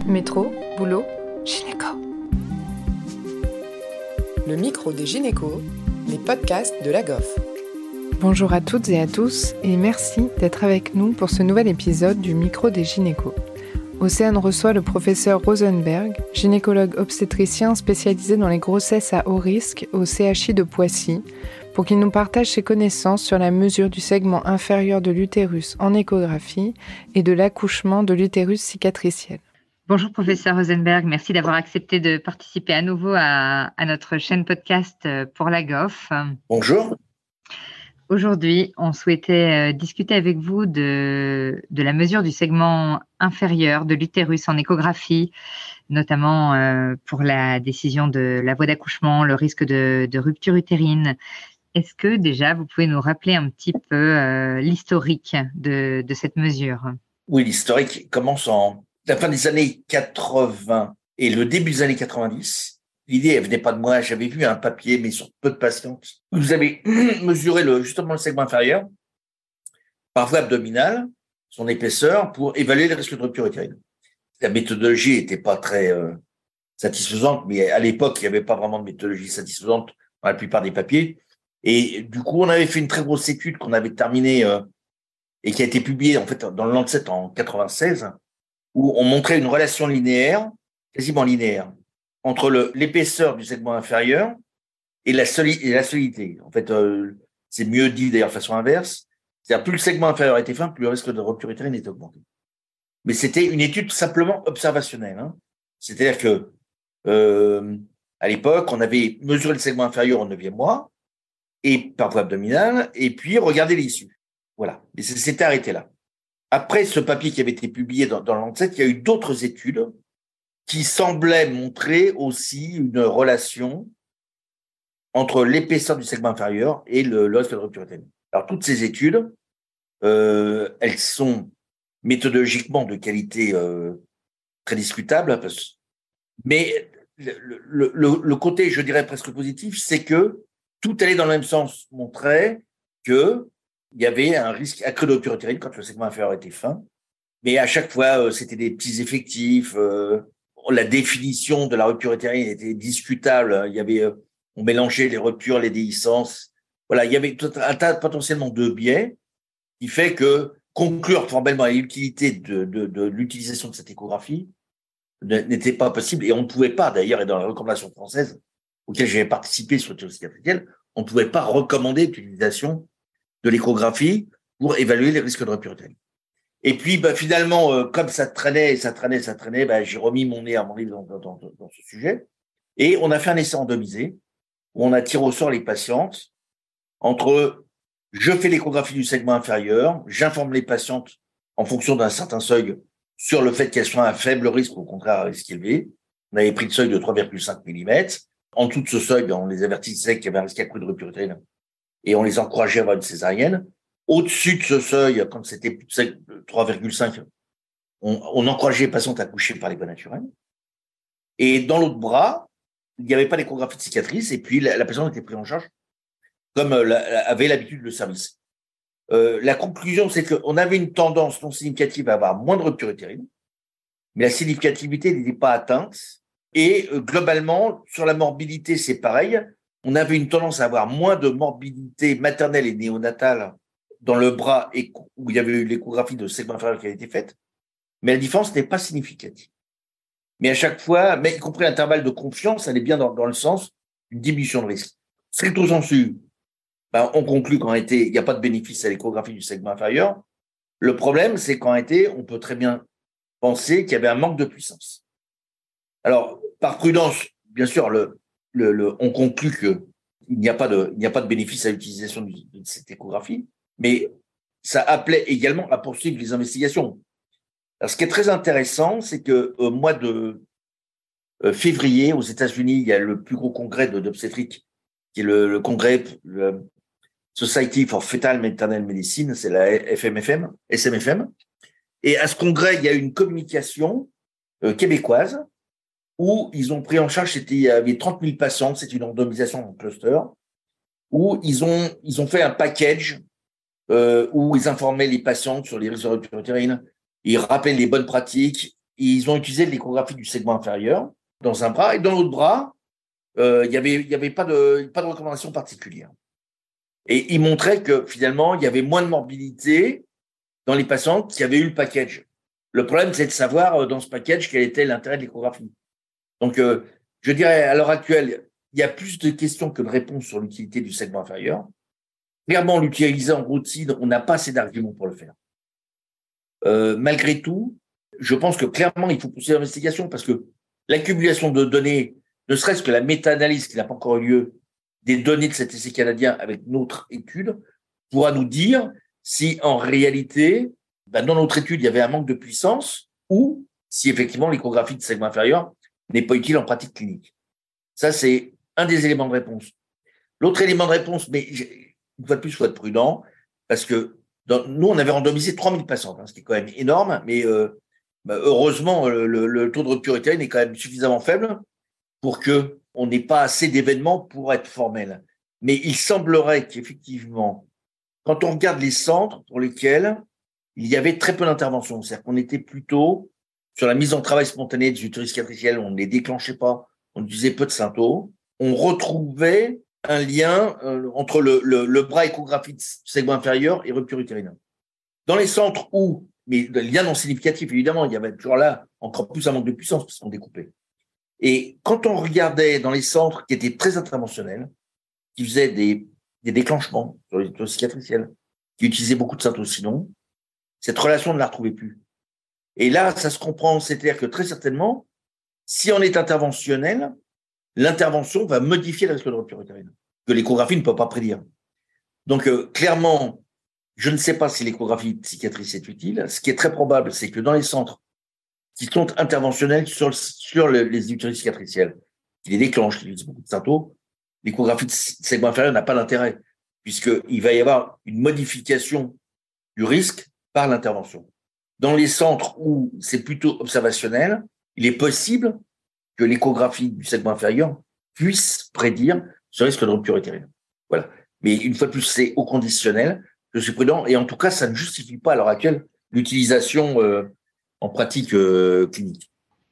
Métro, boulot, gynéco. Le micro des gynécos, les podcasts de la GOF. Bonjour à toutes et à tous et merci d'être avec nous pour ce nouvel épisode du micro des gynécos. Océane reçoit le professeur Rosenberg, gynécologue obstétricien spécialisé dans les grossesses à haut risque au CHI de Poissy, pour qu'il nous partage ses connaissances sur la mesure du segment inférieur de l'utérus en échographie et de l'accouchement de l'utérus cicatriciel. Bonjour professeur Rosenberg, merci d'avoir accepté de participer à nouveau à notre chaîne podcast pour la GOF. Bonjour. Aujourd'hui, on souhaitait discuter avec vous de la mesure du segment inférieur de l'utérus en échographie, notamment pour la décision de la voie d'accouchement, le risque de rupture utérine. Est-ce que déjà vous pouvez nous rappeler un petit peu l'historique de cette mesure ? Oui, l'historique commence la fin des années 80 et le début des années 90. L'idée, elle venait pas de moi. J'avais vu un papier, mais sur peu de patientes. Vous avez mesuré justement le segment inférieur par voie abdominale, son épaisseur, pour évaluer les risques de rupture utérine. La méthodologie était pas très satisfaisante, mais à l'époque, il n'y avait pas vraiment de méthodologie satisfaisante dans la plupart des papiers. Et du coup, on avait fait une très grosse étude qu'on avait terminée et qui a été publiée en fait dans le Lancet en 96, où on montrait une relation linéaire, quasiment linéaire, entre l'épaisseur du segment inférieur et la solidité. En fait, c'est mieux dit d'ailleurs de façon inverse. C'est-à-dire, plus le segment inférieur était fin, plus le risque de rupture utérine était augmenté. Mais c'était une étude simplement observationnelle. C'est-à-dire que à l'époque, on avait mesuré le segment inférieur au 9e mois et par voie abdominale, et puis regardé l'issue. Voilà. Mais c'était arrêté là. Après ce papier qui avait été publié dans le Lancet, il y a eu d'autres études qui semblaient montrer aussi une relation entre l'épaisseur du segment inférieur et le risque de rupture utérine. Alors, toutes ces études, elles sont méthodologiquement de qualité très discutable, mais le côté, je dirais, presque positif, c'est que tout allait dans le même sens, montrait que il y avait un risque accru de rupture utérine quand le segment inférieur était fin. Mais à chaque fois, c'était des petits effectifs. La définition de la rupture utérine était discutable. Il y avait, on mélangeait les ruptures, les déhiscences. Voilà, il y avait un tas potentiellement de biais qui fait que conclure formellement à l'utilité de l'utilisation de cette échographie n'était pas possible. Et on ne pouvait pas, d'ailleurs, et dans la recommandation française auquel j'avais participé sur l'utérus cicatriciel, on ne pouvait pas recommander l'utilisation de l'échographie pour évaluer les risques de rupture utérine. Et puis, finalement, comme ça traînait, j'ai remis mon nez à mon livre dans ce sujet. Et on a fait un essai randomisé où on a tiré au sort les patientes entre je fais l'échographie du segment inférieur, j'informe les patientes en fonction d'un certain seuil sur le fait qu'elles soient à un faible risque, au contraire à risque élevé. On avait pris le seuil de 3,5 mm. En dessous de ce seuil, on les avertissait qu'il y avait un risque accru de rupture utérine et on les encourageait à avoir une césarienne. Au-dessus de ce seuil, quand c'était plus de 3,5, on encourageait les patientes à accoucher par les voies naturelles. Et dans l'autre bras, il n'y avait pas d'échographie de cicatrice, et puis la patiente était prise en charge comme avait l'habitude le service. La conclusion, c'est qu'on avait une tendance non significative à avoir moins de rupture utérine, mais la significativité n'était pas atteinte. Et globalement, sur la morbidité, c'est pareil. On avait une tendance à avoir moins de morbidité maternelle et néonatale dans le bras où il y avait eu l'échographie de segment inférieur qui avait été faite, mais la différence n'est pas significative. Mais à chaque fois, mais y compris l'intervalle de confiance, elle est bien dans le sens d'une diminution de risque. Stricto sensu, on conclut qu'en réalité, il n'y a pas de bénéfice à l'échographie du segment inférieur. Le problème, c'est qu'en réalité, on peut très bien penser qu'il y avait un manque de puissance. Alors, par prudence, bien sûr, on conclut qu'il n'y a pas de bénéfice à l'utilisation de cette échographie, mais ça appelait également à poursuivre les investigations. Alors, ce qui est très intéressant, c'est que au mois de février, aux États-Unis, il y a le plus gros congrès d'obstétrique, qui est le congrès, le Society for Fetal Maternal Medicine, c'est la SMFM. Et à ce congrès, il y a eu une communication québécoise où ils ont pris en charge, il y avait 30 000 patients, c'est une randomisation en cluster, où ils ont fait un package où ils informaient les patientes sur les risques de rupture utérine, ils rappelaient les bonnes pratiques, ils ont utilisé l'échographie du segment inférieur dans un bras, et dans l'autre bras, il y avait pas de recommandation particulière. Et ils montraient que finalement, il y avait moins de morbidité dans les patients qui avaient eu le package. Le problème, c'est de savoir dans ce package quel était l'intérêt de l'échographie. Donc, je dirais à l'heure actuelle, il y a plus de questions que de réponses sur l'utilité du segment inférieur. Clairement, l'utiliser en routine, on n'a pas assez d'arguments pour le faire. Malgré tout, je pense que clairement, il faut pousser l'investigation parce que l'accumulation de données, ne serait-ce que la méta-analyse qui n'a pas encore eu lieu des données de cet essai canadien avec notre étude, pourra nous dire si en réalité, dans notre étude, il y avait un manque de puissance ou si effectivement l'échographie de segment inférieur n'est pas utile en pratique clinique. Ça, c'est un des éléments de réponse. L'autre élément de réponse, mais une fois de plus, il faut être prudent, parce que nous, on avait randomisé 3000 patients, ce qui est quand même énorme, mais heureusement, le taux de rupture utérine est quand même suffisamment faible pour qu'on n'ait pas assez d'événements pour être formel. Mais il semblerait qu'effectivement, quand on regarde les centres pour lesquels il y avait très peu d'intervention, c'est-à-dire qu'on était plutôt sur la mise en travail spontanée des utérus cicatriciels, on ne les déclenchait pas, on utilisait peu de symptômes, on retrouvait un lien entre le bras échographique segment inférieur et rupture utérine. Dans les centres où, mais le lien non significatif, évidemment, il y avait toujours là encore plus un manque de puissance parce qu'on découpait. Et quand on regardait dans les centres qui étaient très interventionnels, qui faisaient des déclenchements sur les utérus cicatriciels, qui utilisaient beaucoup de syntocinon, cette relation on ne la retrouvait plus. Et là, ça se comprend, c'est-à-dire que très certainement, si on est interventionnel, l'intervention va modifier le risque de rupture utérine, que l'échographie ne peut pas prédire. Donc, clairement, je ne sais pas si l'échographie de cicatrice est utile. Ce qui est très probable, c'est que dans les centres qui sont interventionnels sur les utérus cicatriciels, qui les déclenchent, qui utilisent beaucoup de symptômes, l'échographie de segment inférieur n'a pas d'intérêt, puisqu'il va y avoir une modification du risque par l'intervention. Dans les centres où c'est plutôt observationnel, il est possible que l'échographie du segment inférieur puisse prédire ce risque de rupture utérine. Voilà. Mais une fois de plus, c'est au conditionnel. Je suis prudent et en tout cas, ça ne justifie pas à l'heure actuelle l'utilisation en pratique clinique.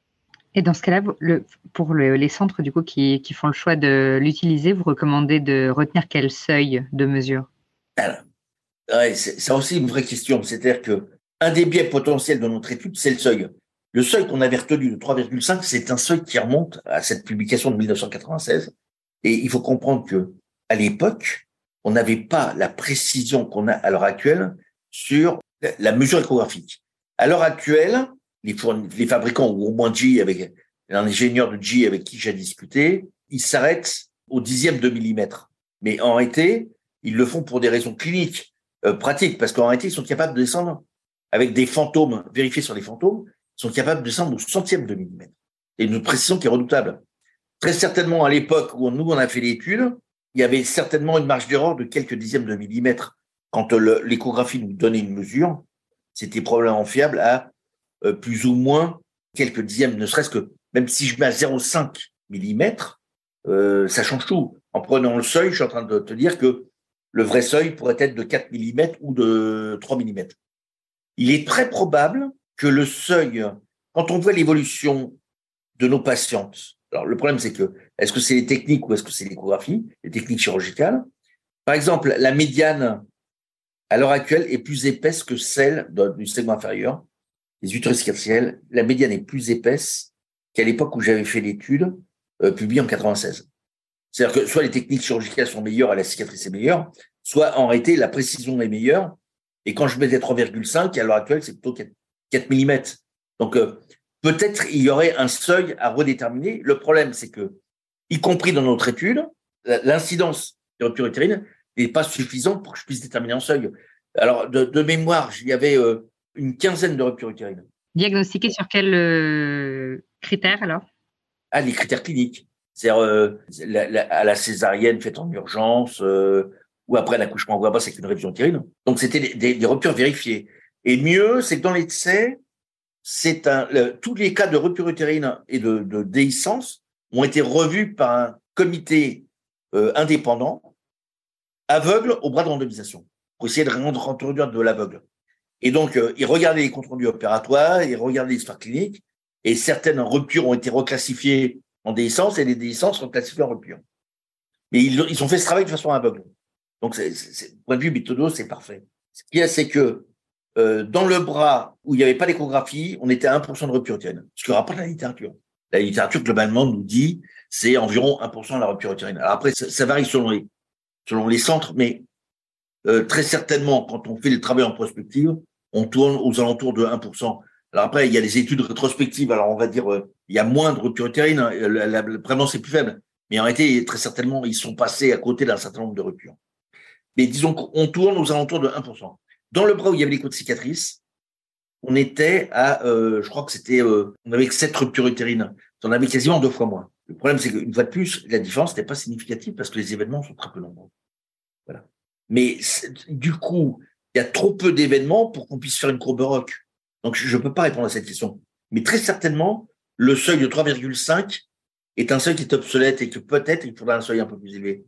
Et dans ce cas-là, pour les centres du coup qui font le choix de l'utiliser, vous recommandez de retenir quel seuil de mesure? Alors, ouais, c'est aussi une vraie question. C'est-à-dire que un des biais potentiels de notre étude, c'est le seuil. Le seuil qu'on avait retenu de 3,5, c'est un seuil qui remonte à cette publication de 1996. Et il faut comprendre que à l'époque, on n'avait pas la précision qu'on a à l'heure actuelle sur la mesure échographique. À l'heure actuelle, les fabricants, ou au moins GE, avec un ingénieur de GE avec qui j'ai discuté, ils s'arrêtent au dixième de millimètre. Mais en réalité, ils le font pour des raisons cliniques, pratiques, parce qu'en réalité, ils sont capables de descendre avec des fantômes, vérifiés sur les fantômes, ils sont capables de descendre au centième de millimètre. C'est une précision qui est redoutable. Très certainement, à l'époque où nous, on a fait l'étude, il y avait certainement une marge d'erreur de quelques dixièmes de millimètre. Quand l'échographie nous donnait une mesure, c'était probablement fiable à plus ou moins quelques dixièmes, ne serait-ce que, même si je mets à 0,5 millimètres, ça change tout. En prenant le seuil, je suis en train de te dire que le vrai seuil pourrait être de 4 millimètres ou de 3 millimètres. Il est très probable que le seuil, quand on voit l'évolution de nos patientes, alors le problème c'est que, est-ce que c'est les techniques ou est-ce que c'est l'échographie, les techniques chirurgicales? Par exemple, la médiane, à l'heure actuelle, est plus épaisse que celle du segment inférieur. Les utérus cicatriciels, la médiane est plus épaisse qu'à l'époque où j'avais fait l'étude, publiée en 96. C'est-à-dire que soit les techniques chirurgicales sont meilleures et la cicatrice est meilleure, soit en réalité la précision est meilleure. Et quand je mettais 3,5, à l'heure actuelle, c'est plutôt 4 mm. Donc, peut-être il y aurait un seuil à redéterminer. Le problème, c'est que, y compris dans notre étude, l'incidence des ruptures utérines n'est pas suffisante pour que je puisse déterminer un seuil. Alors, de mémoire, il y avait une quinzaine de ruptures utérines. Diagnostiqué sur quels critères alors? Ah, les critères cliniques. C'est-à-dire à la césarienne faite en urgence, ou après l'accouchement voie basse avec une révision utérine. Donc, c'était des ruptures vérifiées. Et mieux, c'est que dans l'essai, tous les cas de rupture utérine et de déhiscence ont été revus par un comité indépendant, aveugle au bras de randomisation, pour essayer de introduire de l'aveugle. Et donc, ils regardaient les comptes rendus opératoires, ils regardaient l'histoire clinique, Et certaines ruptures ont été reclassifiées en déhiscence et les déhiscences sont classifiées en rupture. Mais ils ont fait ce travail de façon aveugle. Donc, point de vue méthodo, c'est parfait. Ce qu'il y a, c'est que dans le bras où il n'y avait pas d'échographie, on était à 1% de rupture utérine. Ce qui rapporte la littérature. La littérature, globalement, nous dit c'est environ 1% de la rupture utérine. Alors après, ça varie selon les centres, mais très certainement, quand on fait le travail en prospective, on tourne aux alentours de 1%. Alors après, il y a des études rétrospectives. Alors on va dire, il y a moins de rupture utérine. La prévalence est plus faible. Mais en réalité, très certainement, ils sont passés à côté d'un certain nombre de ruptures. Mais disons qu'on tourne aux alentours de 1%. Dans le bras où il y avait les côtes cicatrices, on était à, je crois que c'était, on avait 7 ruptures utérines. On avait quasiment 2 fois moins. Le problème, c'est qu'une fois de plus, la différence n'était pas significative parce que les événements sont très peu nombreux. Voilà. Mais du coup, il y a trop peu d'événements pour qu'on puisse faire une courbe ROC. Donc, je ne peux pas répondre à cette question. Mais très certainement, le seuil de 3,5 est un seuil qui est obsolète et que peut-être il faudra un seuil un peu plus élevé.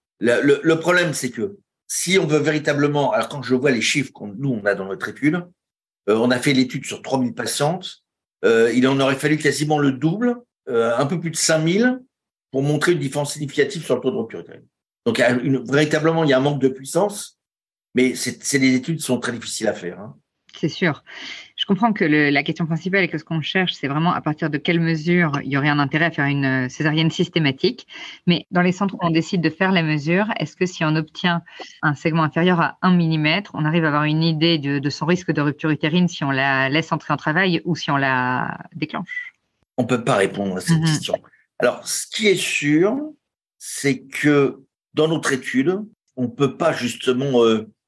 Le problème, c'est que si on veut véritablement, alors quand je vois les chiffres nous on a dans notre étude, on a fait l'étude sur 3000 patientes, il en aurait fallu quasiment le double, un peu plus de 5000 pour montrer une différence significative sur le taux de rupture utérine. Donc véritablement, il y a un manque de puissance, mais c'est des études qui sont très difficiles à faire. Hein. C'est sûr. Je comprends que la question principale et que ce qu'on cherche, c'est vraiment à partir de quelle mesure il y aurait un intérêt à faire une césarienne systématique. Mais dans les centres où on décide de faire la mesure, est-ce que si on obtient un segment inférieur à 1 mm, on arrive à avoir une idée de son risque de rupture utérine si on la laisse entrer en travail ou si on la déclenche? On ne peut pas répondre à cette question. Alors, ce qui est sûr, c'est que dans notre étude, on ne peut pas justement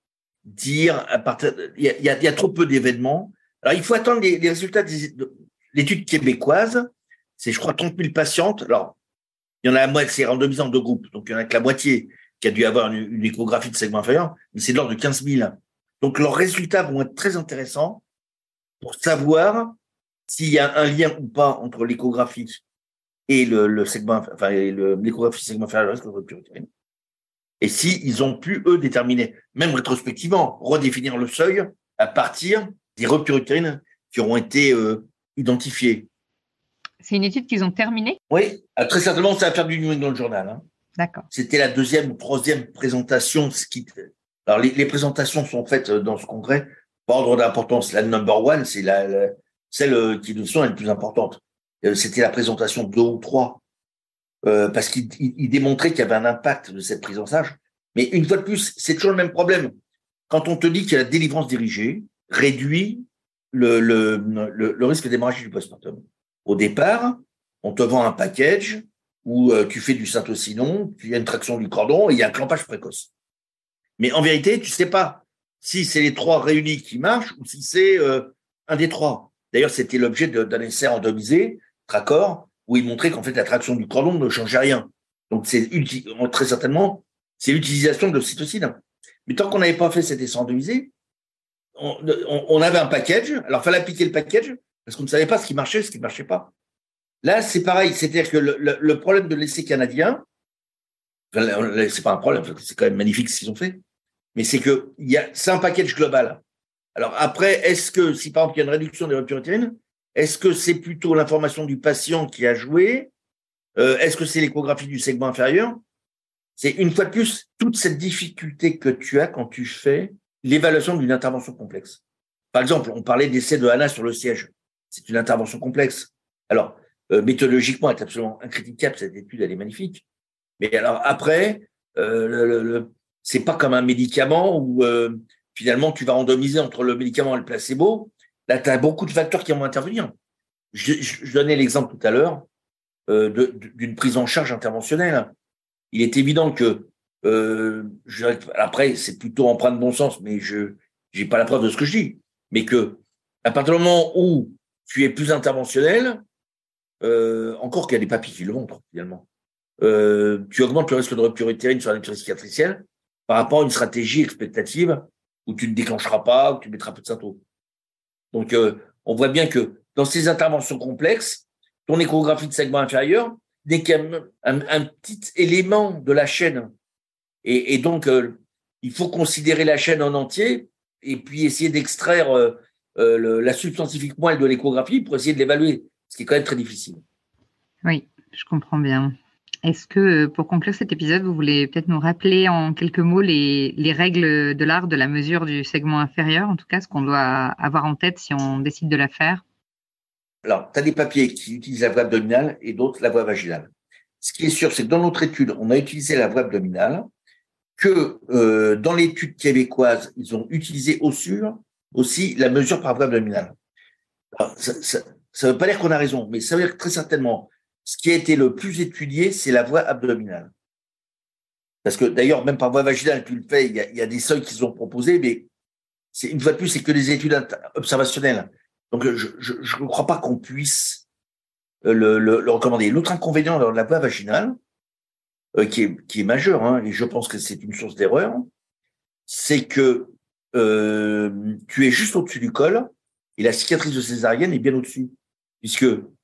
dire à partir. Il y a trop peu d'événements. Alors, il faut attendre les résultats de l'étude québécoise. C'est, je crois, 30 000 patientes. Alors, il y en a la moitié, c'est randomisé en 2 groupes. Donc, il y en a que la moitié qui a dû avoir une échographie de segment inférieur, mais c'est de l'ordre de 15 000. Donc, leurs résultats vont être très intéressants pour savoir s'il y a un lien ou pas entre l'échographie et le segment, enfin, l'échographie segment inférieur de rupture utérine. Et si ils ont pu, eux, déterminer, même rétrospectivement, redéfinir le seuil à partir des ruptures utérines qui auront été identifiées. C'est une étude qu'ils ont terminée? Oui, très certainement, ça va faire du New England Journal. Hein. D'accord. C'était la 2e ou 3e présentation. Alors, les présentations sont faites dans ce congrès par ordre d'importance. La number 1, c'est celle qui nous semble la plus importante. C'était la présentation 2 ou 3. Parce qu'il démontrait qu'il y avait un impact de cette prise en charge. Mais une fois de plus, c'est toujours le même problème. Quand on te dit que la délivrance dirigée réduit le risque d'hémorragie du postpartum. Au départ, on te vend un package où tu fais du syntocinon, il y a une traction du cordon et il y a un clampage précoce. Mais en vérité, tu sais pas si c'est les 3 réunis qui marchent ou si c'est un des 3. D'ailleurs, c'était l'objet d'un essai randomisé, Tracor, où il montrait qu'en fait, la traction du cordon ne changeait rien. Donc, très certainement, c'est l'utilisation de l'ocytocine. Mais tant qu'on n'avait pas fait cet essai randomisé, on avait un package. Alors, il fallait appliquer le package parce qu'on ne savait pas ce qui marchait, ce qui ne marchait pas. Là, c'est pareil. C'est-à-dire que le problème de l'essai canadien, enfin, c'est pas un problème, c'est quand même magnifique ce qu'ils ont fait, mais c'est un package global. Alors après, est-ce que, si par exemple, il y a une réduction des ruptures utérines, est-ce que c'est plutôt l'information du patient qui a joué? Est-ce que c'est l'échographie du segment inférieur? C'est une fois de plus toute cette difficulté que tu as quand tu fais l'évaluation d'une intervention complexe. Par exemple, on parlait d'essai de Hanna sur le siège. C'est une intervention complexe. Alors, méthodologiquement, elle est absolument incritiquable, cette étude, elle est magnifique. Mais alors après, c'est pas comme un médicament où finalement tu vas randomiser entre le médicament et le placebo. Là, tu as beaucoup de facteurs qui vont intervenir. Je donnais l'exemple tout à l'heure d'une prise en charge interventionnelle. Il est évident que, après, c'est plutôt empreint de bon sens, mais je n'ai pas la preuve de ce que je dis, mais que à partir du moment où tu es plus interventionnel, encore qu'il y a des papiers qui le montrent, finalement, tu augmentes le risque de rupture utérine sur la rupture cicatricielle par rapport à une stratégie expectative où tu ne déclencheras pas, où tu mettras peu de symptômes. Donc, on voit bien que dans ces interventions complexes, ton échographie de segment inférieur n'est qu'un petit élément de la chaîne. Et donc, il faut considérer la chaîne en entier et puis essayer d'extraire la substantifique moelle de l'échographie pour essayer de l'évaluer. ce qui est quand même très difficile. Oui, je comprends bien. Est-ce que, pour conclure cet épisode, vous voulez peut-être nous rappeler en quelques mots les règles de l'art de la mesure du segment inférieur, en tout cas ce qu'on doit avoir en tête si on décide de la faire? Alors, tu as des papiers qui utilisent la voie abdominale et d'autres la voie vaginale. Ce qui est sûr, c'est que dans notre étude, on a utilisé la voie abdominale, que dans l'étude québécoise, ils ont utilisé aussi la mesure par voie abdominale. Alors, ça veut pas dire qu'on a raison, mais ça veut dire que très certainement, ce qui a été le plus étudié, c'est la voie abdominale. Parce que d'ailleurs, même par voie vaginale, tu le fais, il y a des seuils qu'ils ont proposés, mais une fois de plus, c'est que des études observationnelles. Donc, je ne crois pas qu'on puisse le recommander. L'autre inconvénient de la voie vaginale, qui est majeur, hein, et je pense que c'est une source d'erreur, c'est que tu es juste au-dessus du col et la cicatrice de césarienne est bien au-dessus. Puisque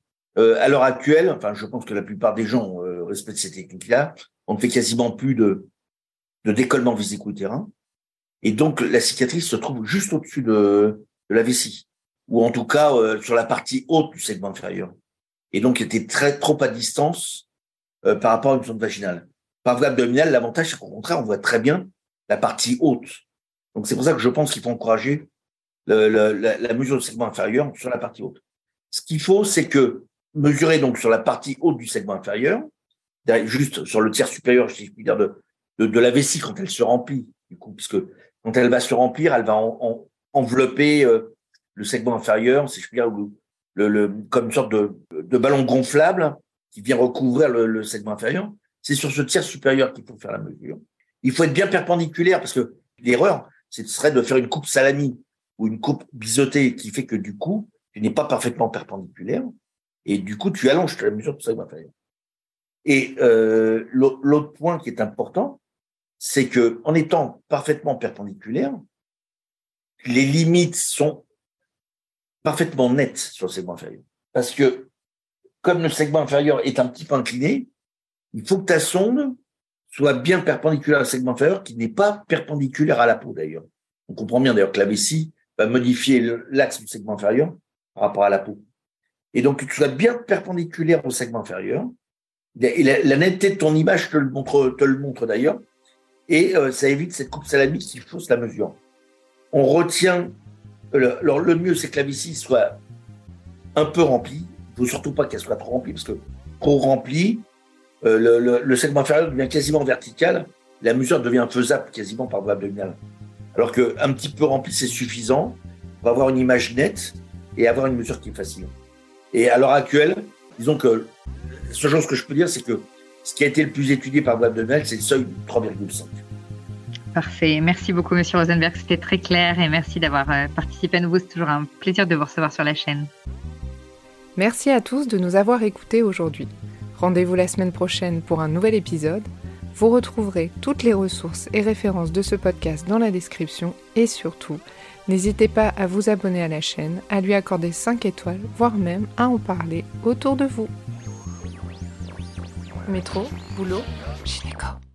à l'heure actuelle, enfin, je pense que la plupart des gens respectent ces techniques-là, on ne fait quasiment plus de décollement vésico-utérin. Et donc, la cicatrice se trouve juste au-dessus de la vessie, ou en tout cas sur la partie haute du segment inférieur. Et donc, elle était trop à distance par rapport à une sonde vaginale. Par voie abdominale, l'avantage, c'est qu'au contraire, on voit très bien la partie haute. Donc, c'est pour ça que je pense qu'il faut encourager la mesure du segment inférieur sur la partie haute. Ce qu'il faut, c'est que mesurer donc sur la partie haute du segment inférieur, juste sur le tiers supérieur, si je puis dire, de la vessie quand elle se remplit, du coup, puisque quand elle va se remplir, elle va envelopper le segment inférieur, si je puis dire, comme une sorte de ballon gonflable qui vient recouvrir le segment inférieur. C'est sur ce tiers supérieur qu'il faut faire la mesure. Il faut être bien perpendiculaire parce que l'erreur, ce serait de faire une coupe salami ou une coupe biseautée qui fait que du coup, tu n'es pas parfaitement perpendiculaire et du coup, tu allonges la mesure du segment inférieur. Et l'autre point qui est important, c'est que en étant parfaitement perpendiculaire, les limites sont parfaitement nettes sur le segment inférieur. Parce que comme le segment inférieur est un petit peu incliné, il faut que ta sonde soit bien perpendiculaire au segment inférieur, qui n'est pas perpendiculaire à la peau d'ailleurs. On comprend bien d'ailleurs que la vessie va modifier l'axe du segment inférieur par rapport à la peau. Et donc, que tu sois bien perpendiculaire au segment inférieur. Et la netteté de ton image te le montre d'ailleurs. Et ça évite cette coupe salami qui fausse la mesure. On retient, alors le mieux c'est que la vessie soit un peu remplie. Il ne faut surtout pas qu'elle soit trop remplie, parce que trop remplie, le segment inférieur devient quasiment vertical. La mesure devient faisable quasiment par voie abdominale. Alors qu'un petit peu rempli, c'est suffisant. On va avoir une image nette et avoir une mesure qui est facile. Et à l'heure actuelle, disons que la seule chose que je peux dire, c'est que ce qui a été le plus étudié par voie abdominale, c'est le seuil de 3,5. Parfait. Merci beaucoup, Monsieur Rosenberg. C'était très clair et merci d'avoir participé à nouveau. C'est toujours un plaisir de vous recevoir sur la chaîne. Merci à tous de nous avoir écoutés aujourd'hui. Rendez-vous la semaine prochaine pour un nouvel épisode. Vous retrouverez toutes les ressources et références de ce podcast dans la description et surtout, n'hésitez pas à vous abonner à la chaîne, à lui accorder 5 étoiles, voire même à en parler autour de vous. Métro, boulot, gynéco.